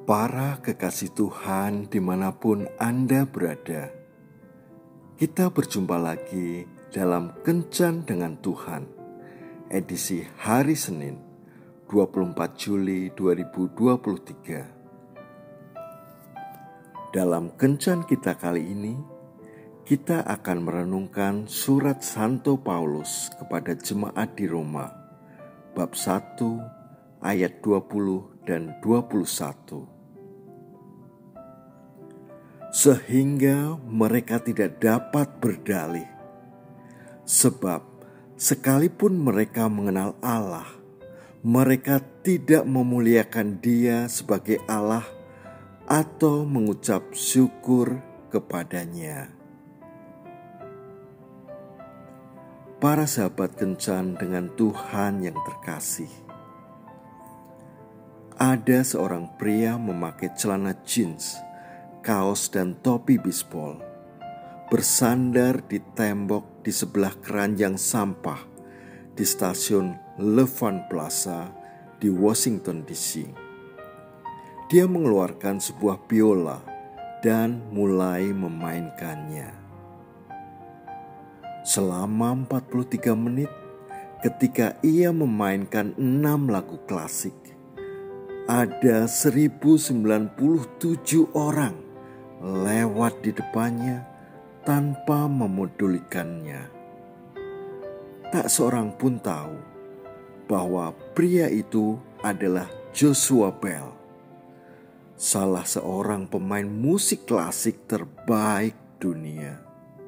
Para kekasih Tuhan dimanapun Anda berada, kita berjumpa lagi dalam Kencan dengan Tuhan, edisi hari Senin, 24 Juli 2023. Dalam Kencan kita kali ini, kita akan merenungkan surat Santo Paulus kepada jemaat di Roma, bab 1 ayat 20 dan 21. Sehingga mereka tidak dapat berdalih, sebab sekalipun mereka mengenal Allah, mereka tidak memuliakan Dia sebagai Allah atau mengucap syukur kepadanya. Para sahabat Kencan dengan Tuhan yang terkasih, ada seorang pria memakai celana jeans, kaos dan topi bisbol, bersandar di tembok di sebelah keranjang sampah di stasiun Levant Plaza di Washington DC. Dia mengeluarkan sebuah biola dan mulai memainkannya. Selama 43 menit, ketika ia memainkan 6 lagu klasik, ada 1097 orang lewat di depannya tanpa memedulikannya. Tak seorang pun tahu bahwa pria itu adalah Joshua Bell, salah seorang pemain musik klasik terbaik dunia.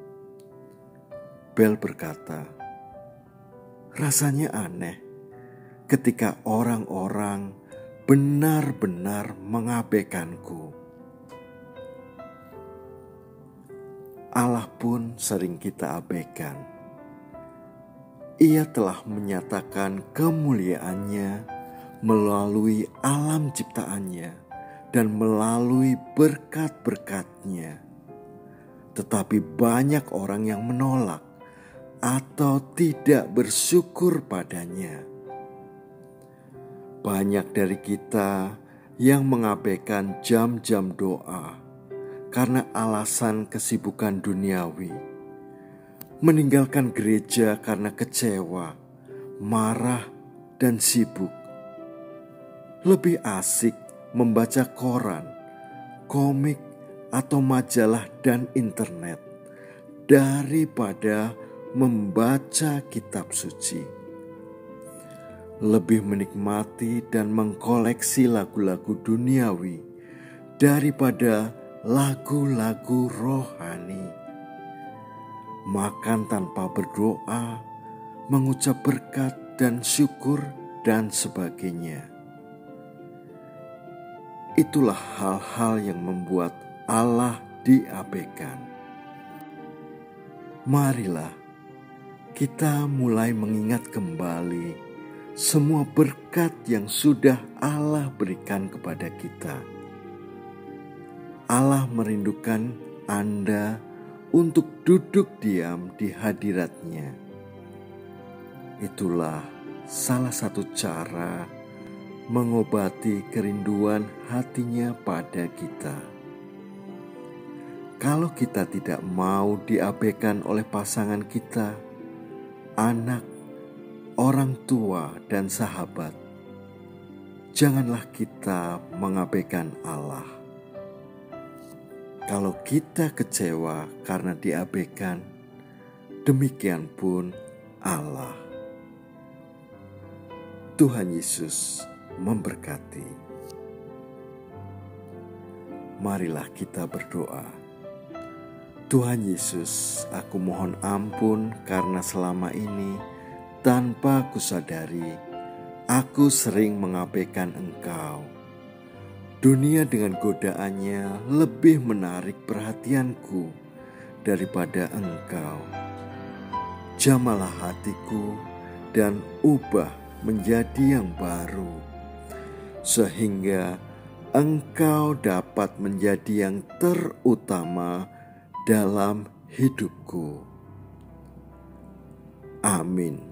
Bell berkata, "Rasanya aneh ketika orang-orang benar-benar mengabaikanku." Allah pun sering kita abaikan. Ia telah menyatakan kemuliaannya melalui alam ciptaannya dan melalui berkat-berkatnya. Tetapi banyak orang yang menolak atau tidak bersyukur padanya. Banyak dari kita yang mengabaikan jam-jam doa karena alasan kesibukan duniawi, meninggalkan gereja karena kecewa, marah, dan sibuk. Lebih asik membaca koran, komik, atau majalah dan internet daripada membaca kitab suci. Lebih menikmati dan mengkoleksi lagu-lagu duniawi daripada lagu-lagu rohani. Makan tanpa berdoa, mengucap berkat dan syukur, dan sebagainya. Itulah hal-hal yang membuat Allah diabaikan. Marilah kita mulai mengingat kembali semua berkat yang sudah Allah berikan kepada kita. Allah merindukan Anda untuk duduk diam di hadirat-Nya. Itulah salah satu cara mengobati kerinduan hatinya pada kita. Kalau kita tidak mau diabaikan oleh pasangan kita, anak, orang tua, dan sahabat, janganlah kita mengabaikan Allah. Kalau kita kecewa karena diabaikan, demikian pun Allah. Tuhan Yesus memberkati. Marilah kita berdoa. Tuhan Yesus, aku mohon ampun karena selama ini tanpa kusadari aku sering mengabaikan Engkau. Dunia dengan godaannya lebih menarik perhatianku daripada Engkau. Jamalah hatiku dan ubah menjadi yang baru, sehingga Engkau dapat menjadi yang terutama dalam hidupku. Amin.